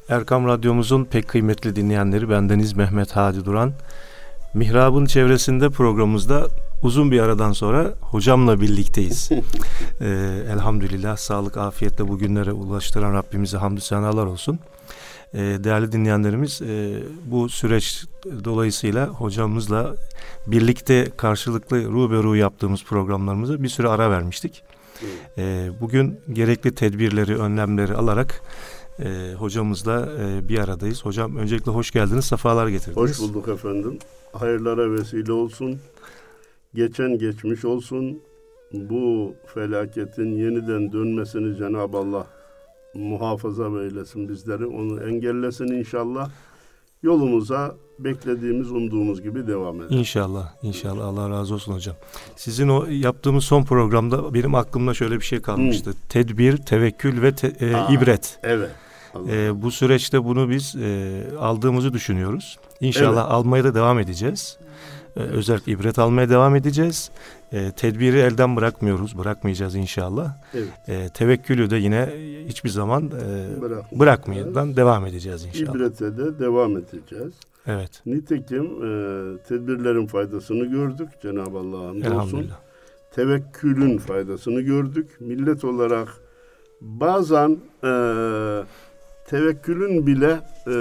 Erkam Radyomuzun pek kıymetli dinleyenleri, bendeniz Mehmet Hadi Duran. Mihrab'ın çevresinde programımızda uzun bir aradan sonra hocamla birlikteyiz. Elhamdülillah sağlık, afiyetle bugünlere ulaştıran Rabbimize hamdü senalar olsun. Değerli dinleyenlerimiz, bu süreç dolayısıyla hocamızla birlikte karşılıklı ruberu yaptığımız programlarımıza bir süre ara vermiştik. Bugün gerekli tedbirleri, önlemleri alarak hocamızla bir aradayız. Hocam öncelikle hoş geldiniz, sefalar getirdiniz. Hoş bulduk efendim. Hayırlara vesile olsun. Geçen geçmiş olsun. Bu felaketin yeniden dönmesini Cenab-ı Allah muhafaza eylesin bizleri. Onu engellesin inşallah. Yolumuza beklediğimiz, umduğumuz gibi devam edelim. İnşallah, inşallah. Allah razı olsun hocam. Sizin o yaptığımız son programda benim aklımda şöyle bir şey kalmıştı. Tedbir, tevekkül ve ibret. Evet. Bu süreçte bunu biz aldığımızı düşünüyoruz. İnşallah almaya da devam edeceğiz. Özellikle ibret almaya devam edeceğiz. Tedbiri elden bırakmayacağız inşallah. Evet. Tevekkülü de yine hiçbir zaman bırakmadan devam edeceğiz inşallah. İbrete de devam edeceğiz. Evet. Nitekim tedbirlerin faydasını gördük. Cenab-ı Allah'a hamdolsun. Tevekkülün faydasını gördük. Millet olarak bazen tevekkülün bile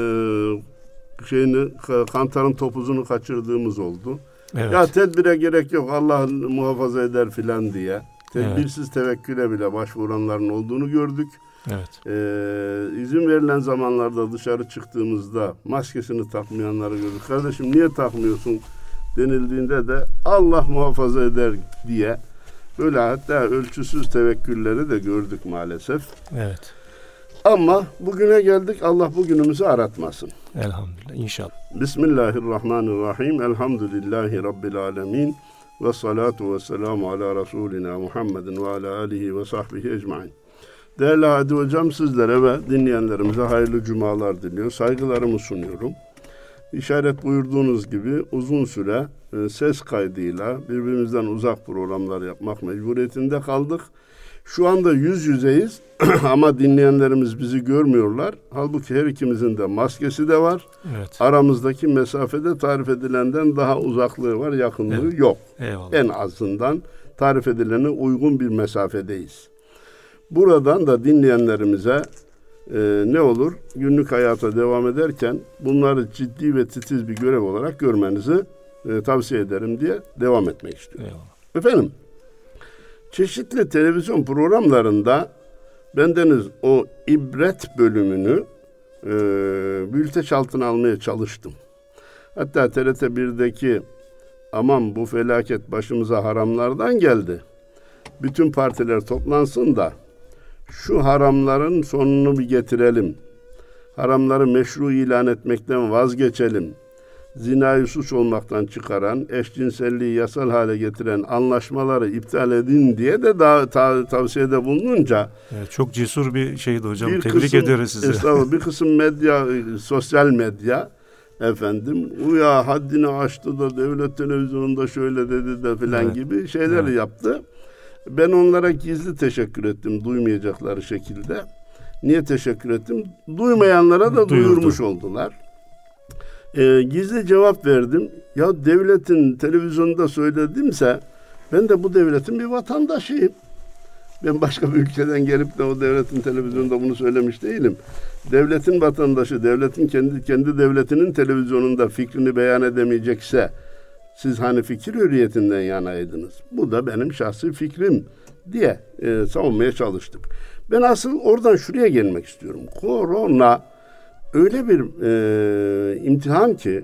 kantarın topuzunu kaçırdığımız oldu. Evet. Ya tedbire gerek yok, Allah muhafaza eder filan diye. Tedbirsiz tevekküle bile başvuranların olduğunu gördük. Evet. İzin verilen zamanlarda dışarı çıktığımızda maskesini takmayanları gördük. Kardeşim niye takmıyorsun denildiğinde de Allah muhafaza eder diye böyle hatta ölçüsüz tevekkülleri de gördük maalesef. Evet. Ama bugüne geldik, Allah bugünümüzü aratmasın. Elhamdülillah, inşallah. Bismillahirrahmanirrahim. Elhamdülillahi Rabbil alemin. Ve salatu ve selamu ala Resulina Muhammedin ve ala alihi ve sahbihi ecmain. Değerli Hadi Hocam, sizlere ve dinleyenlerimize hayırlı cumalar diliyor. Saygılarımı sunuyorum. İşaret buyurduğunuz gibi uzun süre ses kaydıyla birbirimizden uzak programlar yapmak mecburiyetinde kaldık. Şu anda yüz yüzeyiz ama dinleyenlerimiz bizi görmüyorlar. Halbuki her ikimizin de maskesi de var. Evet. Aramızdaki mesafede tarif edilenden daha uzaklığı var, yakınlığı yok. Eyvallah. En azından tarif edilene uygun bir mesafedeyiz. Buradan da dinleyenlerimize ne olur? Günlük hayata devam ederken bunları ciddi ve titiz bir görev olarak görmenizi tavsiye ederim diye devam etmek istiyorum. Eyvallah. Efendim, çeşitli televizyon programlarında bendeniz o ibret bölümünü bülteç altına almaya çalıştım. Hatta TRT 1'deki aman bu felaket başımıza haramlardan geldi. Bütün partiler toplansın da şu haramların sonunu bir getirelim. Haramları meşru ilan etmekten vazgeçelim. Zinayı suç olmaktan çıkaran, eşcinselliği yasal hale getiren anlaşmaları iptal edin diye de tavsiyede bulununca... Evet, çok cesur bir şeydi hocam. Tebrik ediyoruz sizi. Estağfurullah. Bir kısım medya, sosyal medya efendim, uya haddini aştı da devlet televizyonunda şöyle dedi de filan gibi şeyler yaptı. Ben onlara gizli teşekkür ettim duymayacakları şekilde. Niye teşekkür ettim? Duymayanlara da duyurmuş oldular. Gizli cevap verdim. Ya devletin televizyonda söyledimse ben de bu devletin bir vatandaşıyım. Ben başka bir ülkeden gelip de o devletin televizyonda bunu söylemiş değilim. Devletin vatandaşı, devletin kendi devletinin televizyonunda fikrini beyan edemeyecekse siz hani fikir hürriyetinden yanaydınız. Bu da benim şahsi fikrim diye savunmaya çalıştık. Ben asıl oradan şuraya gelmek istiyorum. Korona öyle bir imtihan ki,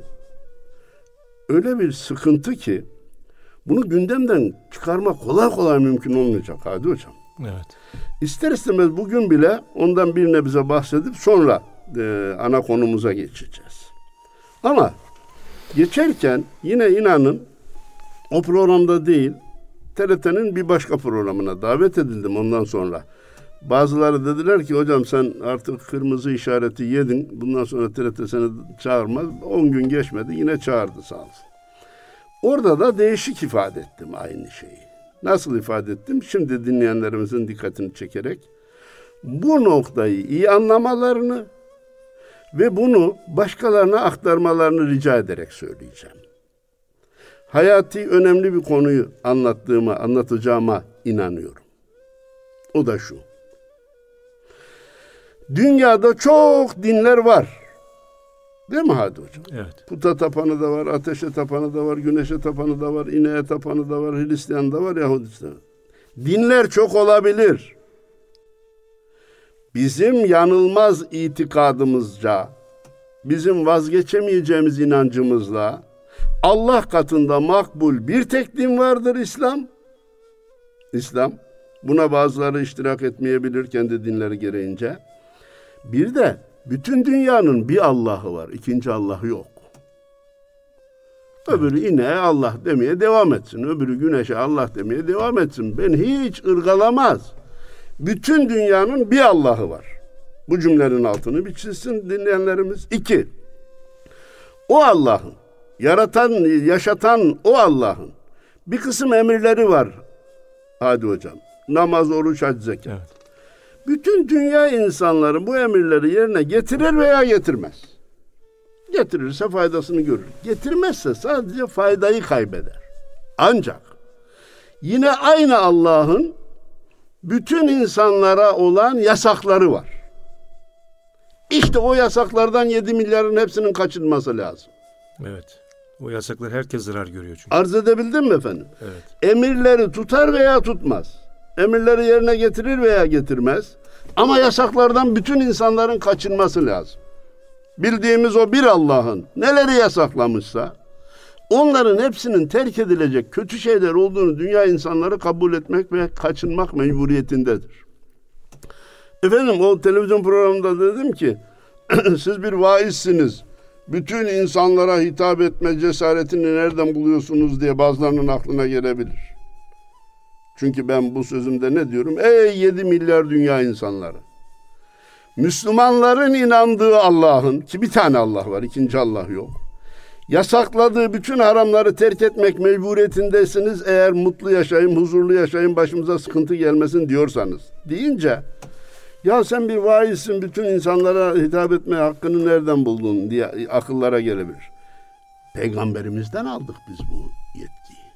öyle bir sıkıntı ki bunu gündemden çıkarmak kolay kolay mümkün olmayacak Hadi Hocam. Evet. İster istemez bugün bile ondan bir nebze bahsedip sonra ana konumuza geçeceğiz. Ama geçerken yine inanın o programda değil, TRT'nin bir başka programına davet edildim ondan sonra. Bazıları dediler ki hocam sen artık kırmızı işareti yedin. Bundan sonra TRT seni çağırmaz. 10 gün geçmedi yine çağırdı sağ olsun. Orada da değişik ifade ettim aynı şeyi. Nasıl ifade ettim? Şimdi dinleyenlerimizin dikkatini çekerek bu noktayı iyi anlamalarını Ve bunu başkalarına aktarmalarını rica ederek söyleyeceğim. Hayati önemli bir konuyu anlatacağıma inanıyorum. O da şu. Dünyada çok dinler var. Değil mi Hadi Hocam? Evet. Puta tapanı da var, ateşe tapanı da var, güneşe tapanı da var, ineğe tapanı da var, Hristiyan da var, Yahudistan. Dinler çok olabilir. Bizim yanılmaz itikadımızca, bizim vazgeçemeyeceğimiz inancımızla Allah katında makbul bir tek din vardır, İslam. İslam. Buna bazıları iştirak etmeyebilir kendi dinleri gereğince. Bir de bütün dünyanın bir Allah'ı var. İkinci Allah'ı yok. Öbürü ineğe Allah demeye devam etsin. Öbürü güneşe Allah demeye devam etsin. Ben hiç ırgalamaz. Bütün dünyanın bir Allah'ı var. Bu cümlenin altını bir çizsin dinleyenlerimiz. 2. O Allah'ın, yaratan, yaşatan o Allah'ın bir kısım emirleri var. Hadi hocam. Namaz, oruç, hac, zekat. Evet. Bütün dünya insanları bu emirleri yerine getirir veya getirmez. Getirirse faydasını görür. Getirmezse sadece faydayı kaybeder. Ancak yine aynı Allah'ın bütün insanlara olan yasakları var. İşte o yasaklardan 7 milyarın hepsinin kaçınması lazım. Evet. O yasaklar herkes zarar görüyor çünkü. Arz edebildim mi efendim? Evet. Emirleri tutar veya tutmaz. Emirleri yerine getirir veya getirmez. Ama yasaklardan bütün insanların kaçınması lazım. Bildiğimiz o bir Allah'ın neleri yasaklamışsa onların hepsinin terk edilecek kötü şeyler olduğunu dünya insanları kabul etmek ve kaçınmak mecburiyetindedir. Efendim o televizyon programında dedim ki siz bir vaizsiniz. Bütün insanlara hitap etme cesaretini nereden buluyorsunuz diye bazılarının aklına gelebilir. Çünkü ben bu sözümde ne diyorum? Ey 7 milyar dünya insanları. Müslümanların inandığı Allah'ın, ki bir tane Allah var, ikinci Allah yok. Yasakladığı bütün haramları terk etmek mecburiyetindesiniz eğer mutlu yaşayın, huzurlu yaşayın, başımıza sıkıntı gelmesin diyorsanız. Deyince, ya sen bir vaizsin, bütün insanlara hitap etme hakkını nereden buldun diye akıllara gelebilir. Peygamberimizden aldık biz bu yetkiyi.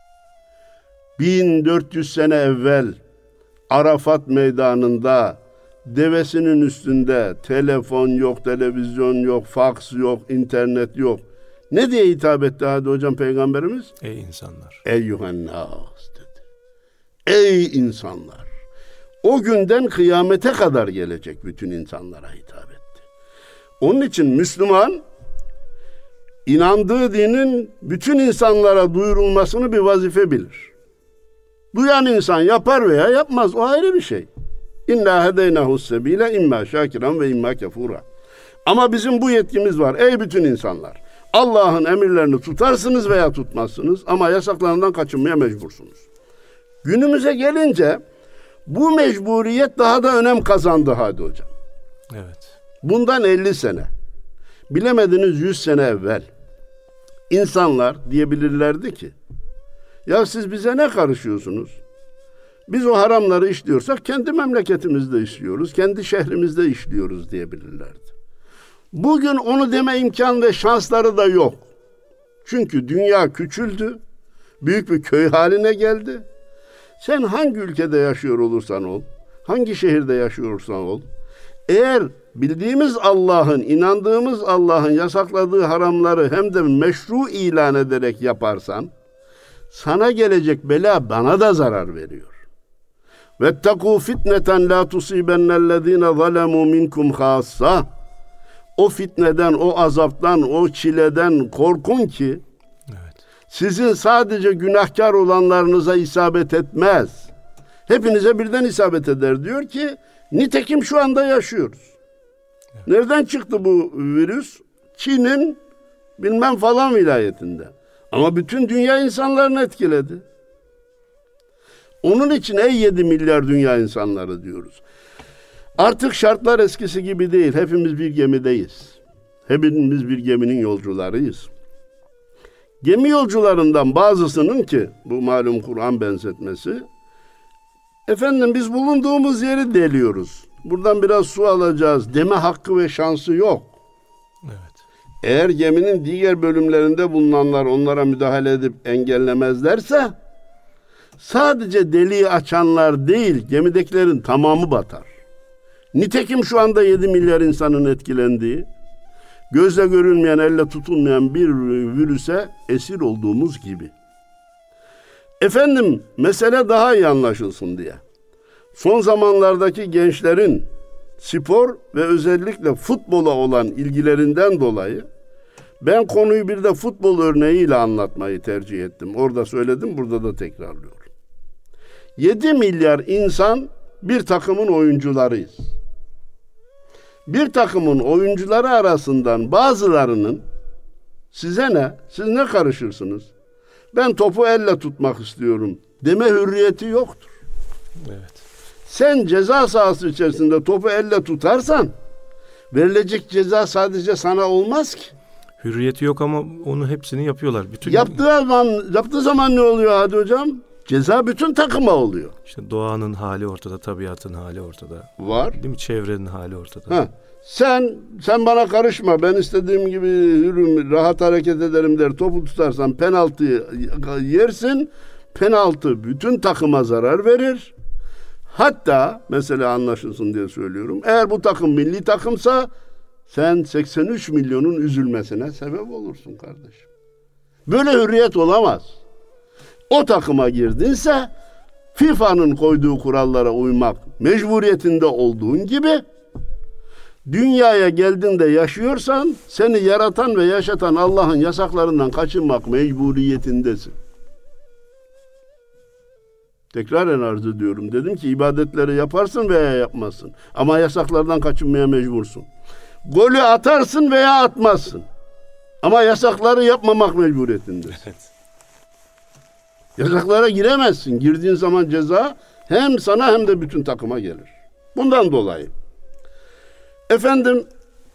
1400 sene evvel Arafat meydanında devesinin üstünde telefon yok, televizyon yok, faks yok, internet yok. Ne diye hitap etti hadi hocam Peygamberimiz? Ey insanlar. Eyyühennâs dedi. Ey insanlar. O günden kıyamete kadar gelecek bütün insanlara hitap etti. Onun için Müslüman inandığı dinin bütün insanlara duyurulmasını bir vazife bilir. Duyan insan yapar veya yapmaz, o ayrı bir şey. İnna hedeynahu's sebile imma şakiran ve imma kefura. Ama bizim bu yetkimiz var. Ey bütün insanlar, Allah'ın emirlerini tutarsınız veya tutmazsınız ama yasaklarından kaçınmaya mecbursunuz. Günümüze gelince bu mecburiyet daha da önem kazandı hadi hocam. Evet. Bundan 50 sene, bilemediniz 100 sene evvel insanlar diyebilirlerdi ki, ya siz bize ne karışıyorsunuz? Biz o haramları işliyorsak kendi memleketimizde işliyoruz, kendi şehrimizde işliyoruz diyebilirlerdi. Bugün onu deme imkan ve şansları da yok. Çünkü dünya küçüldü, büyük bir köy haline geldi. Sen hangi ülkede yaşıyor olursan ol, hangi şehirde yaşıyorsan ol, eğer bildiğimiz Allah'ın, inandığımız Allah'ın yasakladığı haramları hem de meşru ilan ederek yaparsan, sana gelecek bela bana da zarar veriyor. وَاتَّقُوا فِتْنَةً لَا تُصِيبَنَّ الَّذ۪ينَ ظَلَمُوا مِنْكُمْ خَاصَّةً. O fitneden, o azaptan, o çileden korkun ki sizin sadece günahkar olanlarınıza isabet etmez. Hepinize birden isabet eder diyor ki nitekim şu anda yaşıyoruz. Nereden çıktı bu virüs? Çin'in bilmem falan vilayetinde. Ama bütün dünya insanlarını etkiledi. Onun için ey 7 milyar dünya insanları diyoruz. Artık şartlar eskisi gibi değil. Hepimiz bir gemideyiz. Hepimiz bir geminin yolcularıyız. Gemi yolcularından bazısının ki bu malum Kur'an benzetmesi, efendim biz bulunduğumuz yeri deliyoruz. Buradan biraz su alacağız deme hakkı ve şansı yok. Eğer geminin diğer bölümlerinde bulunanlar onlara müdahale edip engellemezlerse sadece deliği açanlar değil, gemidekilerin tamamı batar. Nitekim şu anda 7 milyar insanın etkilendiği, gözle görülmeyen, elle tutulmayan bir virüse esir olduğumuz gibi. Efendim, mesele daha iyi anlaşılsın diye. Son zamanlardaki gençlerin spor ve özellikle futbola olan ilgilerinden dolayı ben konuyu bir de futbol örneğiyle anlatmayı tercih ettim. Orada söyledim, burada da tekrarlıyorum. 7 milyar insan bir takımın oyuncularıyız. Bir takımın oyuncuları arasından bazılarının size ne, siz ne karışırsınız? Ben topu elle tutmak istiyorum deme hürriyeti yoktur. Evet. Sen ceza sahası içerisinde topu elle tutarsan verilecek ceza sadece sana olmaz ki. Hürriyeti yok ama onu hepsini yapıyorlar. Bütün Yaptığı zaman ne oluyor Hadi Hocam? Ceza bütün takıma oluyor. İşte doğanın hali ortada, tabiatın hali ortada. Var. Değil mi? Çevrenin hali ortada. Ha. Sen bana karışma. Ben istediğim gibi yürürüm, rahat hareket ederim der. Topu tutarsan penaltıyı yersin. Penaltı bütün takıma zarar verir. Hatta mesela anlaşılsın diye söylüyorum. Eğer bu takım milli takımsa sen 83 milyonun üzülmesine sebep olursun kardeşim. Böyle hürriyet olamaz. O takıma girdinse FIFA'nın koyduğu kurallara uymak mecburiyetinde olduğun gibi dünyaya geldiğinde yaşıyorsan seni yaratan ve yaşatan Allah'ın yasaklarından kaçınmak mecburiyetindesin. Tekraren arz ediyorum. Dedim ki ibadetleri yaparsın veya yapmazsın. Ama yasaklardan kaçınmaya mecbursun. Golü atarsın veya atmazsın. Ama yasakları yapmamak mecburiyetindesin. Evet. Yasaklara giremezsin. Girdiğin zaman ceza hem sana hem de bütün takıma gelir. Bundan dolayı. Efendim,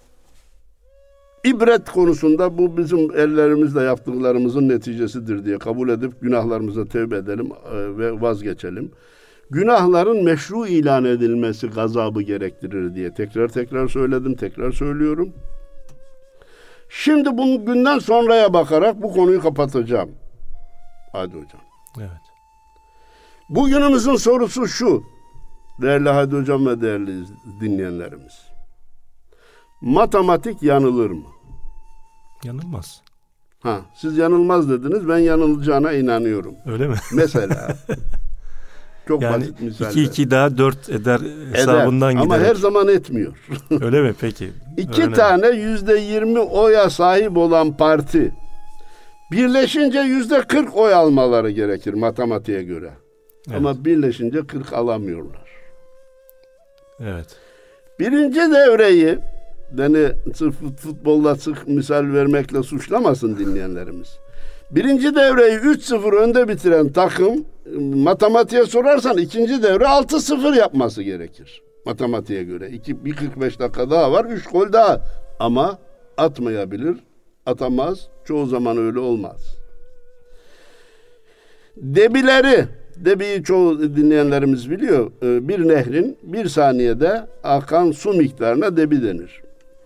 ibret konusunda bu bizim ellerimizle yaptıklarımızın neticesidir diye kabul edip günahlarımıza tevbe edelim ve vazgeçelim. Günahların meşru ilan edilmesi gazabı gerektirir diye tekrar söyledim, tekrar söylüyorum. Şimdi bu günden sonraya bakarak bu konuyu kapatacağım. Hadi Hocam. Evet. Bugünümüzün sorusu şu, değerli Hadi Hocam ve değerli dinleyenlerimiz. Matematik yanılır mı? Yanılmaz. Siz yanılmaz dediniz, ben yanılacağına inanıyorum. Öyle mi? Mesela. Çok yani basit misaller. 2 daha 4 eder hesabından giderek. Ama her zaman etmiyor. Öyle mi peki? 2 tane %20 oya sahip olan parti birleşince %40 oy almaları gerekir matematiğe göre. Evet. Ama birleşince 40 alamıyorlar. Evet. Birinci devreyi, beni sırf futbolda sık misal vermekle suçlamasın dinleyenlerimiz. Birinci devreyi 3-0 önde bitiren takım, matematiğe sorarsan ikinci devre 6-0 yapması gerekir. Matematiğe göre. Bir 45 dakika daha var, 3 gol daha. Ama atmayabilir, atamaz. Çoğu zaman öyle olmaz. Debiyi çoğu dinleyenlerimiz biliyor. Bir nehrin 1 saniyede akan su miktarına debi denir.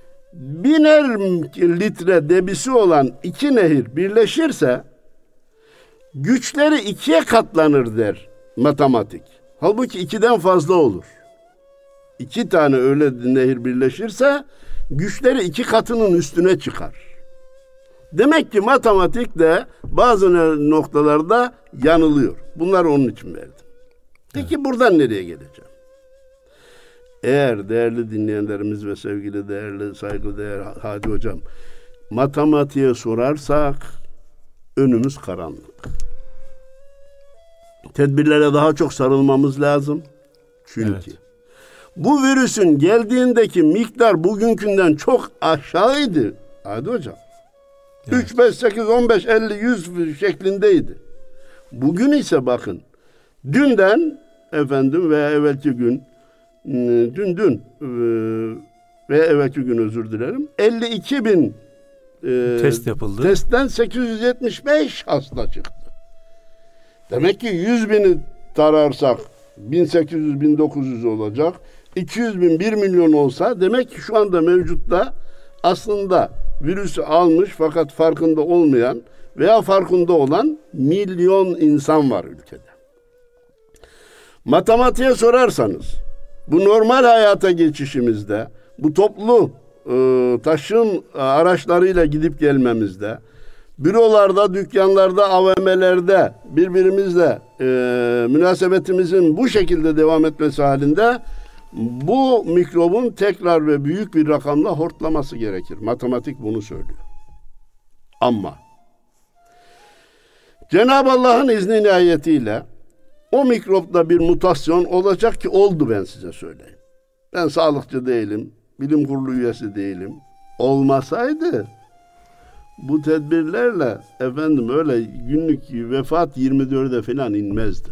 1000 litre debisi olan 2 nehir birleşirse güçleri 2'ye katlanır der matematik. Halbuki 2'den fazla olur. 2 tane öyle nehir birleşirse güçleri 2 katının üstüne çıkar. Demek ki matematik de bazı noktalarda yanılıyor. Bunları onun için verdim. Peki buradan nereye geleceğim? Eğer değerli dinleyenlerimiz ve sevgili değerli saygıdeğer Hadi Hocam matematiğe sorarsak önümüz karanlık. Tedbirlere daha çok sarılmamos lazım. Çünkü bu virüsün geldiğindeki miktar bugünkünden çok aşağıydı Hadi Hocam. Evet. 3, 5, 8, 15, 50, 100 şeklindeydi. Bugün ise bakın dünden veya evvelki gün dün veya evvelki gün özür dilerim 52 bin test yapıldı. Testten 875 hasta çıktı. Demek ki 100 bini tararsak 1800-1900 olacak. 200 bin 1 milyon olsa demek ki şu anda mevcutta aslında virüsü almış fakat farkında olmayan veya farkında olan milyon insan var ülkede. Matematiğe sorarsanız bu normal hayata geçişimizde, bu toplu taşım araçlarıyla gidip gelmemizde, bürolarda, dükkanlarda, AVM'lerde birbirimizle münasebetimizin bu şekilde devam etmesi halinde bu mikrobun tekrar ve büyük bir rakamla hortlaması gerekir. Matematik bunu söylüyor. Ama Cenab-ı Allah'ın izni nihayetiyle o mikropta bir mutasyon olacak ki oldu, ben size söyleyeyim. Ben sağlıkçı değilim, bilim kurulu üyesi değilim. Olmasaydı bu tedbirlerle öyle günlük vefat 24'e falan inmezdi.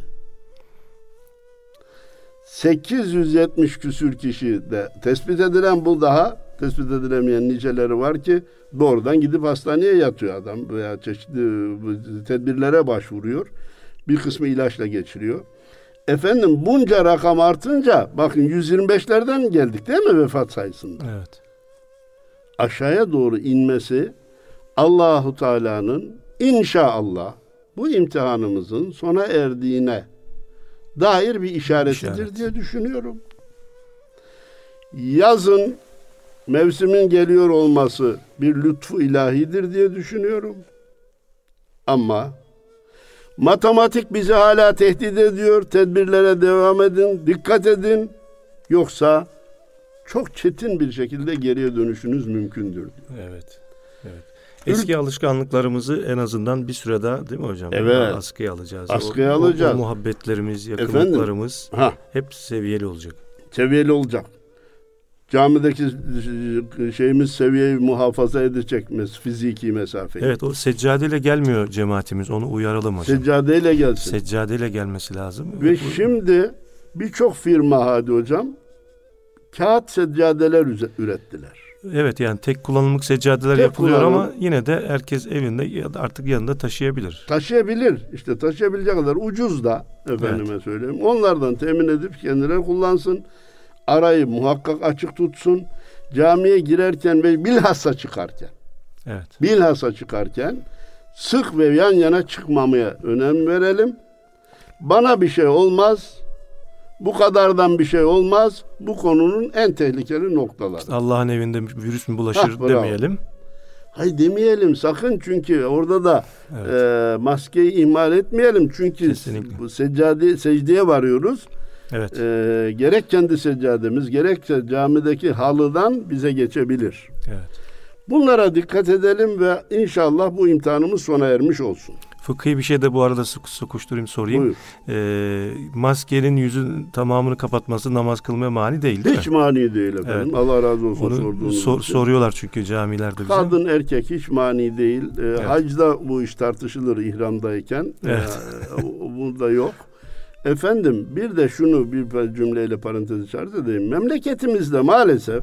870 küsür kişi de tespit edilen, bu daha tespit edilemeyen niceleri var ki doğrudan gidip hastaneye yatıyor adam veya çeşitli tedbirlere başvuruyor. Bir kısmı ilaçla geçiriyor. Bunca rakam artınca bakın 125'lerden geldik değil mi vefat sayısında? Evet. Aşağıya doğru inmesi Allahu Teala'nın inşallah bu imtihanımızın sona erdiğine dair bir işaretidir diye düşünüyorum. Yazın mevsimin geliyor olması bir lütfu ilahidir diye düşünüyorum. Ama matematik bizi hala tehdit ediyor. Tedbirlere devam edin, dikkat edin. Yoksa çok çetin bir şekilde geriye dönüşünüz mümkündür diyor. Evet. Evet. Eski alışkanlıklarımızı en azından bir süre daha, değil mi hocam? Evet. Askıya alacağız. Askıya alacağız. O muhabbetlerimiz, yakınlıklarımız hep seviyeli olacak. Seviyeli olacak. Camideki şeyimiz seviyeyi muhafaza edecek fiziki mesafeyi. Evet, o seccadeyle gelmiyor cemaatimiz. Onu uyaralım hocam. Seccadeyle gelsin. Seccadeyle gelmesi lazım. Ve şimdi birçok firma Hadi hocam kağıt seccadeler ürettiler. Evet, yani tek kullanımlık seccadeler yapılıyor ama yine de herkes evinde ya da artık yanında taşıyabilir. Taşıyabilir. İşte taşıyabilecek kadar ucuz da söyleyeyim. Onlardan temin edip kendileri kullansın. Arayı muhakkak açık tutsun. Camiye girerken ve bilhassa çıkarken. Evet. Bilhassa çıkarken sık ve yan yana çıkmamaya önem verelim. Bana bir şey olmaz. Bu kadardan bir şey olmaz. Bu konunun en tehlikeli noktaları. İşte Allah'ın evinde virüs mü bulaşır demeyelim. Hayır demeyelim sakın, çünkü orada da maskeyi ihmal etmeyelim. Çünkü bu secdeye varıyoruz. Evet. Gerek kendi seccademiz gerekse camideki halıdan bize geçebilir. Evet. Bunlara dikkat edelim ve inşallah bu imtihanımız sona ermiş olsun. Fıkhi bir şey de bu arada sokuşturayım, sorayım. Maskenin yüzün tamamını kapatması namaz kılmaya mani değil mi? Hiç mani değil efendim. Evet. Allah razı olsun sorduğunuz soruyorlar çünkü camilerde bize. Kadın erkek hiç mani değil. Evet. Hacda bu iş tartışılır ihramdayken. Evet. Burada yok. Bir de şunu bir cümleyle parantez içerisinde edeyim. Memleketimizde maalesef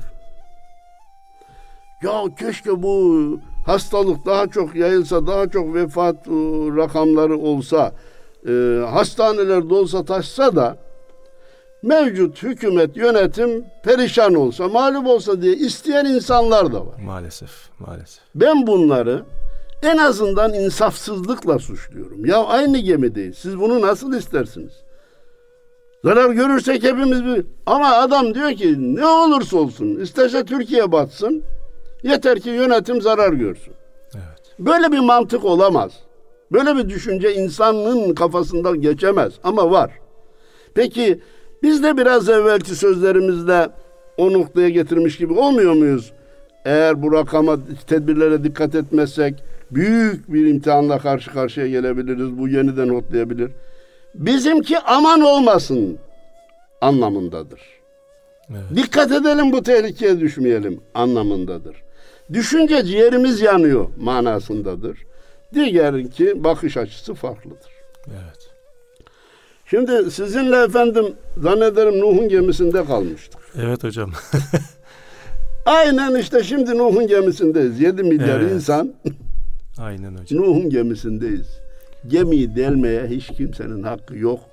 ya keşke bu hastalık daha çok yayılsa, daha çok vefat rakamları olsa, hastaneler dolsa taşsa da mevcut hükümet, yönetim perişan olsa, mağlup olsa diye isteyen insanlar da var. Maalesef. Ben bunları en azından insafsızlıkla suçluyorum. Ya aynı gemideyiz. Siz bunu nasıl istersiniz? Zarar görürsek hepimiz ama adam diyor ki ne olursa olsun isterse Türkiye batsın, yeter ki yönetim zarar görsün. Evet. Böyle bir mantık olamaz. Böyle bir düşünce insanın kafasından geçemez ama var. Peki biz de biraz evvelki sözlerimizde o noktaya getirmiş gibi olmuyor muyuz? Eğer bu rakama, tedbirlere dikkat etmezsek büyük bir imtihanla karşı karşıya gelebiliriz. Bu yeniden hotlayabilir. Bizimki aman olmasın anlamındadır. Evet. Dikkat edelim, bu tehlikeye düşmeyelim anlamındadır. Düşünce ciğerimiz yanıyor manasındadır. Diğerinki bakış açısı farklıdır. Evet. Şimdi sizinle zannederim Nuh'un gemisinde kalmıştık. Evet hocam. Aynen işte şimdi Nuh'un gemisindeyiz. 7 milyar insan. Aynen hocam. Nuh'un gemisindeyiz. Gemiyi delmeye hiç kimsenin hakkı yok.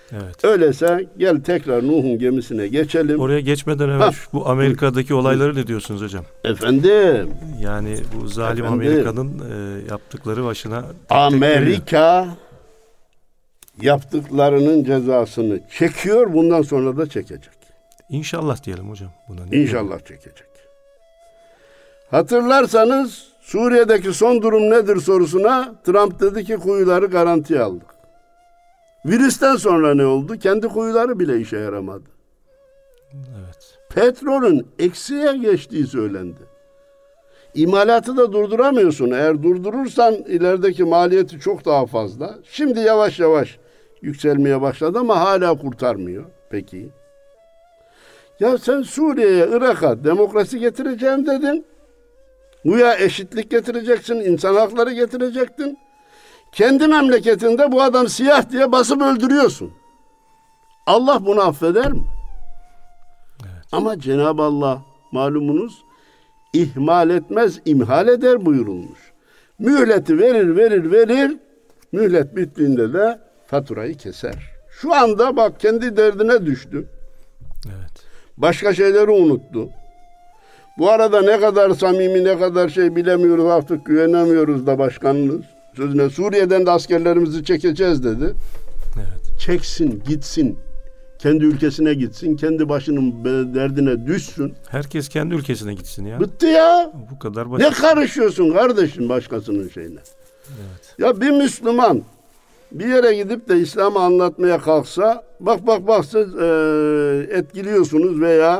Evet. Öyleyse gel tekrar Nuh'un gemisine geçelim. Oraya geçmeden evvel bu Amerika'daki olayları ne diyorsunuz hocam? Efendim. Yani bu zalim Amerika'nın yaptıkları başına Amerika yaptıklarının cezasını çekiyor. Bundan sonra da çekecek. İnşallah diyelim hocam buna. İnşallah çekecek. Hatırlarsanız Suriye'deki son durum nedir sorusuna Trump dedi ki kuyuları garantiye aldık. Virüsten sonra ne oldu? Kendi kuyuları bile işe yaramadı. Evet. Petrolün eksiye geçtiği söylendi. İmalatı da durduramıyorsun. Eğer durdurursan ilerideki maliyeti çok daha fazla. Şimdi yavaş yavaş yükselmeye başladı ama hala kurtarmıyor. Peki. Ya sen Suriye'ye, Irak'a demokrasi getireceğim dedin. Güya eşitlik getireceksin, insan hakları getirecektin. Kendi memleketinde bu adam siyah diye basıp öldürüyorsun. Allah bunu affeder mi? Evet. Ama Cenab-ı Allah malumunuz ihmal etmez, imhal eder buyurulmuş. Mühleti verir. Mühlet bittiğinde de faturayı keser. Şu anda bak kendi derdine düştü. Evet. Başka şeyleri unuttu. Bu arada ne kadar samimi, ne kadar bilemiyoruz, artık güvenemiyoruz da başkanımız sözüne. Suriye'den de askerlerimizi çekeceğiz dedi. Evet. Çeksin, gitsin. Kendi ülkesine gitsin, kendi başının derdine düşsün. Herkes kendi ülkesine gitsin ya. Bitti ya. Bu kadar basit. Ne karışıyorsun kardeşim başkasının şeyine? Evet. Ya bir Müslüman bir yere gidip de İslam'ı anlatmaya kalksa, bak siz etkiliyorsunuz veya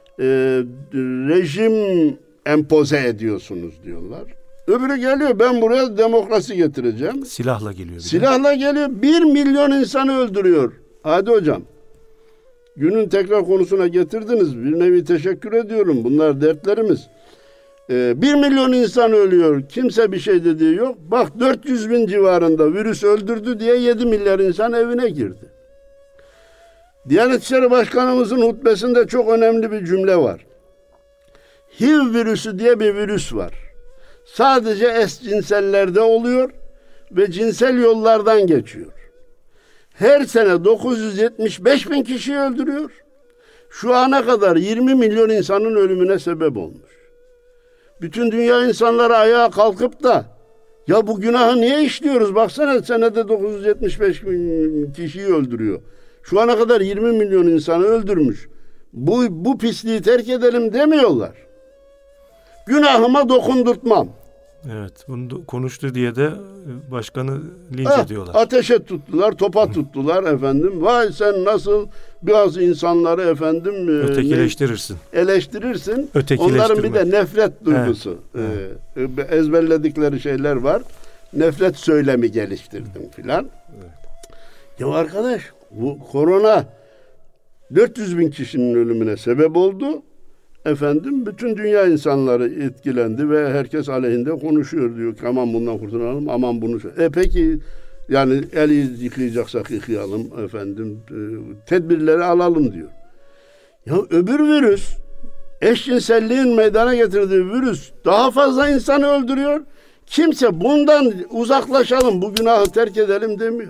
rejim empoze ediyorsunuz diyorlar. Öbürü geliyor, ben buraya demokrasi getireceğim. Silahla geliyor. Silahla geliyor, 1 milyon insanı öldürüyor. Hadi hocam. Günün tekrar konusuna getirdiniz. Bir nevi teşekkür ediyorum. Bunlar dertlerimiz. 1 milyon insan ölüyor. Kimse bir şey dediği yok. Bak 400 bin civarında virüs öldürdü diye 7 milyar insan evine girdi. Diyanet İşleri Başkanımızın hutbesinde çok önemli bir cümle var. HIV virüsü diye bir virüs var. Sadece eşcinsellerde oluyor ve cinsel yollardan geçiyor. Her sene 975 bin kişiyi öldürüyor. Şu ana kadar 20 milyon insanın ölümüne sebep olmuş. Bütün dünya insanları ayağa kalkıp da ya bu günahı niye işliyoruz? Baksana senede 975 bin kişiyi öldürüyor. Şu ana kadar 20 milyon insanı öldürmüş. Bu pisliği terk edelim demiyorlar. Günahıma dokundurtmam. Evet, bunu konuştu diye de başkanı linç ediyorlar. Ateşe tuttular, topa tuttular efendim. Vay sen nasıl bazı insanları efendim ötekileştirirsin. Eleştirirsin. Ötekileştirmek. Onların bir de nefret duygusu. Ezberledikleri şeyler var. Nefret söylemi geliştirdim filan. Evet. Ya arkadaş bu korona 400 bin kişinin ölümüne sebep oldu. Efendim bütün dünya insanları etkilendi ve herkes aleyhinde konuşuyor diyor ki aman bundan kurtulalım, aman bunu. Peki yani eli yıkayacaksak yıkayalım efendim, tedbirleri alalım diyor. Ya öbür virüs, eşcinselliğin meydana getirdiği virüs daha fazla insanı öldürüyor. Kimse bundan uzaklaşalım, bu günahı terk edelim demiyor.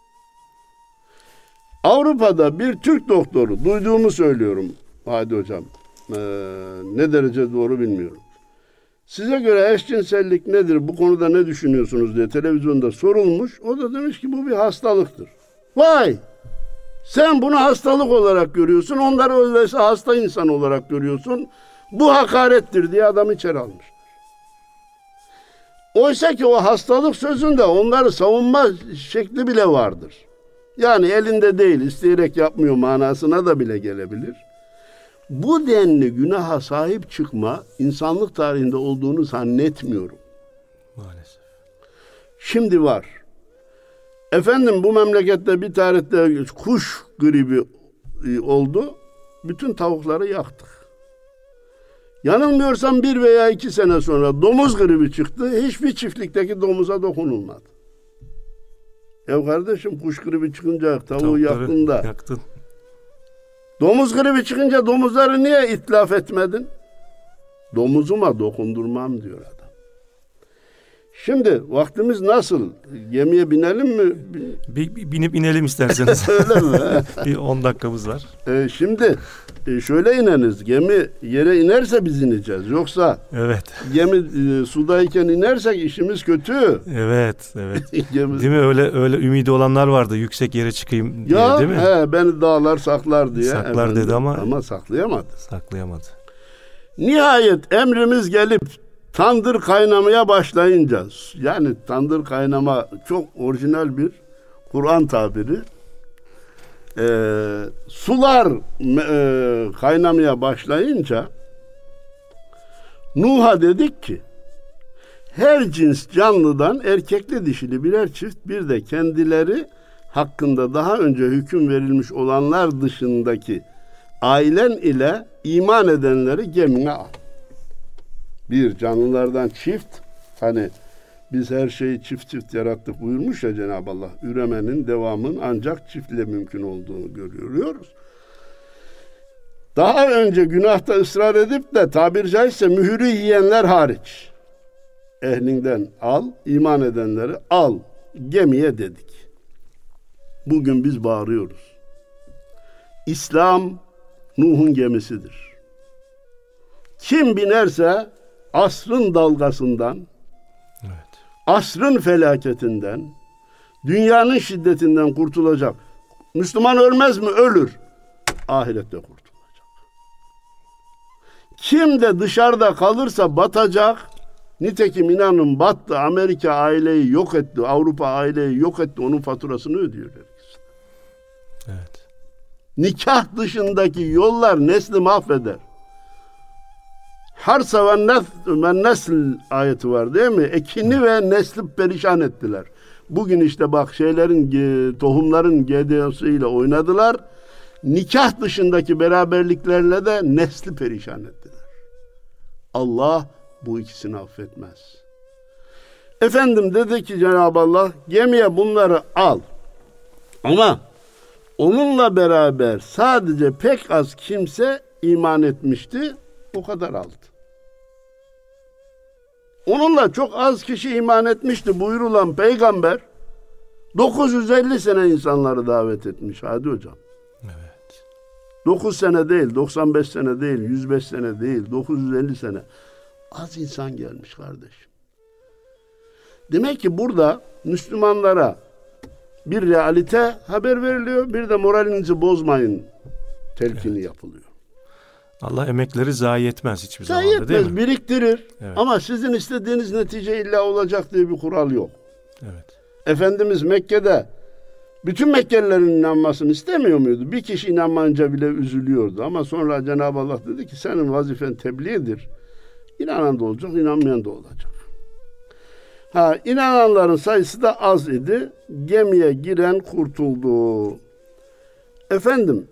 Avrupa'da bir Türk doktoru, duyduğumu söylüyorum Hadi hocam. Ne derece doğru bilmiyorum. Size göre eşcinsellik nedir? Bu konuda ne düşünüyorsunuz diye televizyonda sorulmuş. O da demiş ki bu bir hastalıktır. Vay! Sen bunu hastalık olarak görüyorsun. Onlar öyleyse hasta insan olarak görüyorsun. Bu hakarettir diye adam içeri almış. Oysa ki o hastalık sözünde onları savunma şekli bile vardır. Yani elinde değil, isteyerek yapmıyor manasına da bile gelebilir. Bu denli günaha sahip çıkma insanlık tarihinde olduğunu zannetmiyorum. Maalesef. Şimdi var. Efendim bu memlekette bir tarihte kuş gribi oldu. Bütün tavukları yaktık. Yanılmıyorsam 1 veya 2 sene sonra domuz gribi çıktı. Hiçbir çiftlikteki domuza dokunulmadı. Ya kardeşim kuş gribi çıkınca tavuğu yaktın da. Yaktın. Domuz gribi çıkınca domuzları niye itlaf etmedin? Domuzuma dokundurmam diyor adam. Şimdi vaktimiz nasıl? Gemiye binelim mi? Binip inelim isterseniz. Öyle mi? Bir 10 dakikamız var. Şimdi şöyle ineniz. Gemi yere inerse biz ineceğiz. Yoksa evet. Gemi sudayken inersek işimiz kötü. Evet. Değil mi? Öyle ümidi olanlar vardı. Yüksek yere çıkayım diye, değil mi? Beni dağlar saklar diye. Saklar dedi ama saklayamadı. Nihayet emrimiz gelip tandır kaynamaya başlayınca, yani tandır kaynama çok orijinal bir Kur'an tabiri. Sular kaynamaya başlayınca Nuh'a dedik ki her cins canlıdan erkekli dişili birer çift, bir de kendileri hakkında daha önce hüküm verilmiş olanlar dışındaki ailen ile iman edenleri gemine al. Bir, canlılardan çift, hani biz her şeyi çift yarattık buyurmuş ya Cenab-ı Allah. Üremenin, devamın ancak çiftle mümkün olduğunu görüyoruz. Daha önce günahta ısrar edip de tabiri caizse mühürü yiyenler hariç ehlinden al, iman edenleri al gemiye dedik. Bugün biz bağırıyoruz. İslam Nuh'un gemisidir. Kim binerse asrın dalgasından, asrın felaketinden, dünyanın şiddetinden kurtulacak. Müslüman ölmez mi? Ölür. Ahirette kurtulacak. Kim de dışarıda kalırsa batacak. Nitekim inanın battı. Amerika aileyi yok etti. Avrupa aileyi yok etti. Onun faturasını ödüyor herkes. Evet. Nikah dışındaki yollar nesli mahveder. Harsa ve nesl ayeti var değil mi? Ekini ve nesli perişan ettiler. Bugün işte bak tohumların GDO'suyla oynadılar. Nikah dışındaki beraberliklerle de nesli perişan ettiler. Allah bu ikisini affetmez. Efendim dedi ki Cenab-ı Allah, gemiye bunları al. Ama onunla beraber sadece pek az kimse iman etmişti. O kadar aldı. Onunla çok az kişi iman etmişti buyurulan peygamber 950 sene insanları davet etmiş. Hadi hocam. Evet. 9 sene değil, 95 sene değil, 105 sene değil, 950 sene. Az insan gelmiş kardeşim. Demek ki burada Müslümanlara bir realite haber veriliyor, bir de moralinizi bozmayın telkini yapılıyor. Allah emekleri zayi etmez hiçbir zaman, değil mi? Biriktirir. Evet. Ama sizin istediğiniz netice illa olacak diye bir kural yok. Evet. Efendimiz Mekke'de bütün Mekkelilerin inanmasını istemiyor muydu? Bir kişi inanmayınca bile üzülüyordu. Ama sonra Cenab-ı Allah dedi ki senin vazifen tebliğdir. İnanan da olacak, inanmayan da olacak. İnananların sayısı da az idi. Gemiye giren kurtuldu. Efendim,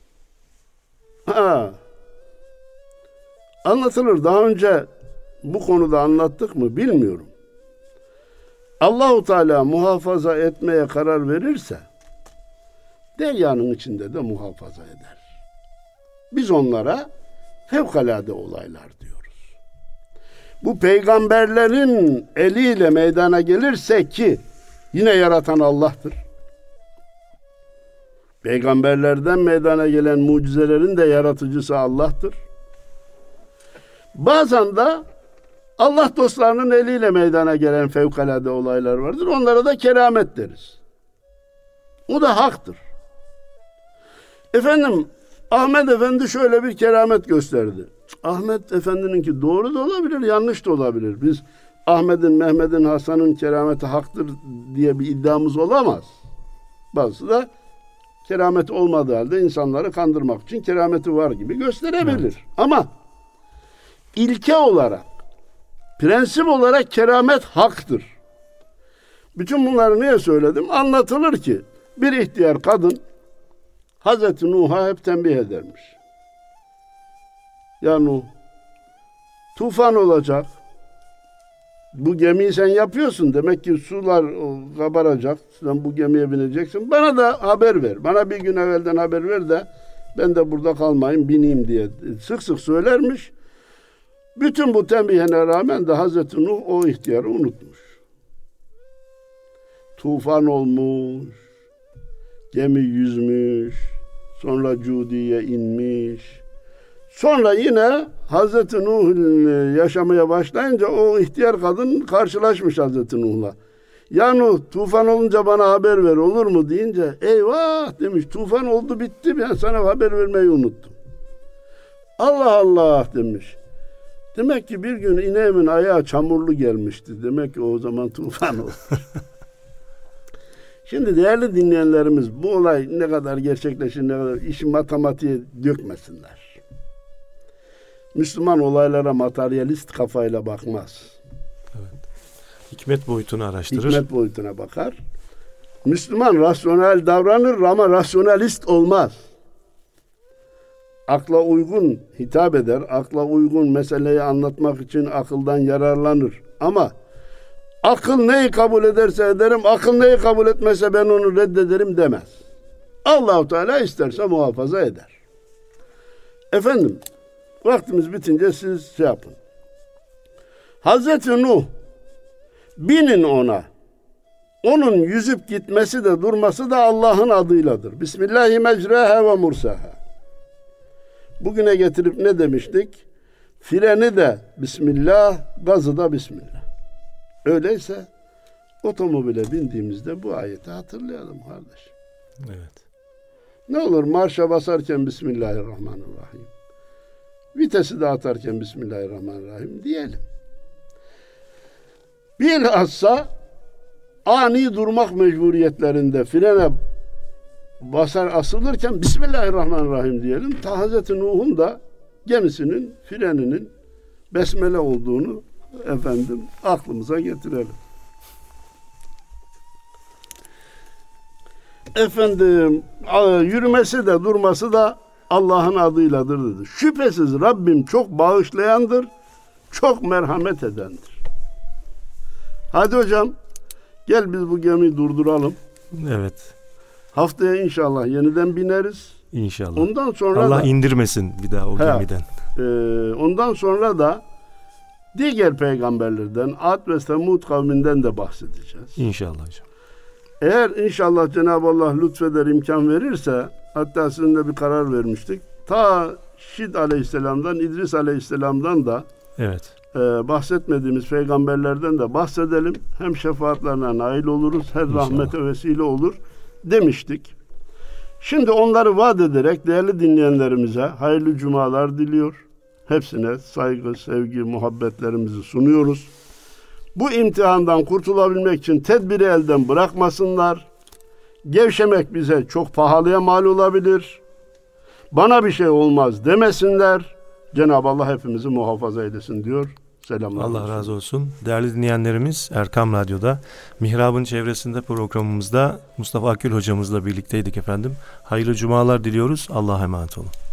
anlatılır. Daha önce bu konuda anlattık mı bilmiyorum. Allah-u Teala muhafaza etmeye karar verirse deryanın içinde de muhafaza eder. Biz onlara fevkalade olaylar diyoruz. Bu peygamberlerin eliyle meydana gelirse ki yine yaratan Allah'tır. Peygamberlerden meydana gelen mucizelerin de yaratıcısı Allah'tır. Bazen de Allah dostlarının eliyle meydana gelen fevkalade olaylar vardır. Onlara da keramet deriz. O da haktır. Efendim, Ahmet Efendi şöyle bir keramet gösterdi. Ahmet Efendi'ninki doğru da olabilir, yanlış da olabilir. Biz Ahmet'in, Mehmet'in, Hasan'ın kerameti haktır diye bir iddiamız olamaz. Bazısı da kerameti olmadığı halde insanları kandırmak için kerameti var gibi gösterebilir. Evet. Ama ilke olarak, prensip olarak keramet haktır. Bütün bunları niye söyledim? Anlatılır ki bir ihtiyar kadın Hazreti Nuh'a hep tembih edermiş. Ya Nuh, tufan olacak. Bu gemiyi sen yapıyorsun. Demek ki sular kabaracak. Sen bu gemiye bineceksin. Bana da haber ver. Bana bir gün evvelden haber ver de ben de burada kalmayayım, bineyim diye sık sık söylermiş. Bütün bu tembihine rağmen de Hazreti Nuh o ihtiyarı unutmuş. tufan olmuş, gemi yüzmüş, sonra Cudi'ye inmiş. Sonra yine Hazreti Nuh yaşamaya başlayınca o ihtiyar kadın karşılaşmış Hazreti Nuh'la. Ya Nuh, tufan olunca bana haber ver olur mu deyince, eyvah demiş, tufan oldu bitti, ben sana haber vermeyi unuttum. Allah Allah demiş. Demek ki bir gün ineğimin ayağı çamurlu gelmişti. Demek ki o zaman tufan oldu. Şimdi değerli dinleyenlerimiz, bu olay ne kadar gerçekleşir, ne kadar işi matematiğe dökmesinler. Müslüman olaylara materyalist kafayla bakmaz. Evet. Hikmet boyutunu araştırır. Hikmet boyutuna bakar. Müslüman rasyonel davranır ama rasyonalist olmaz. Akla uygun hitap eder, akla uygun meseleyi anlatmak için akıldan yararlanır. Ama akıl neyi kabul ederse ederim, akıl neyi kabul etmezse ben onu reddederim demez. Allah-u Teala isterse muhafaza eder. Efendim, vaktimiz bitince siz şey yapın. Hazreti Nuh, binin ona. Onun yüzüp gitmesi de durması da Allah'ın adıyladır. Bismillahirrahmanirrahim ve mursaha. Bugüne getirip ne demiştik? Freni de Bismillah, gazı da Bismillah. Öyleyse otomobile bindiğimizde bu ayeti hatırlayalım kardeşim. Evet. Ne olur marşa basarken Bismillahirrahmanirrahim. Vitesi de atarken Bismillahirrahmanirrahim diyelim. Bilhassa ani durmak mecburiyetlerinde frene basar asılırken Bismillahirrahmanirrahim diyelim. Ta Hazreti Nuh'un da gemisinin freninin besmele olduğunu aklımıza getirelim. Yürümesi de durması da Allah'ın adıyladır dedi. Şüphesiz Rabbim çok bağışlayandır, çok merhamet edendir. Hadi hocam, gel biz bu gemiyi durduralım. Evet. Haftaya inşallah yeniden bineriz. İnşallah. Ondan sonra Allah indirmesin bir daha o gemiden. Ondan sonra da diğer peygamberlerden, Ad ve Semud kavminden de bahsedeceğiz. İnşallah hocam. Eğer inşallah Cenab-ı Allah lütfeder, imkan verirse, hatta sizinle bir karar vermiştik. Ta Şid Aleyhisselam'dan, İdris Aleyhisselam'dan da evet. Bahsetmediğimiz peygamberlerden de bahsedelim. Hem şefaatlerine nail oluruz, her rahmete vesile olur demiştik. Şimdi onları vaat ederek değerli dinleyenlerimize hayırlı cumalar diliyor. Hepsine saygı, sevgi, muhabbetlerimizi sunuyoruz. Bu imtihandan kurtulabilmek için tedbiri elden bırakmasınlar. Gevşemek bize çok pahalıya mal olabilir. Bana bir şey olmaz demesinler. Cenab-ı Allah hepimizi muhafaza eylesin diyor. Selamlar. Allah razı olsun. Değerli dinleyenlerimiz, Erkam Radyo'da Mihrab'ın çevresinde programımızda Mustafa Akgül hocamızla birlikteydik efendim. Hayırlı cumalar diliyoruz. Allah'a emanet olun.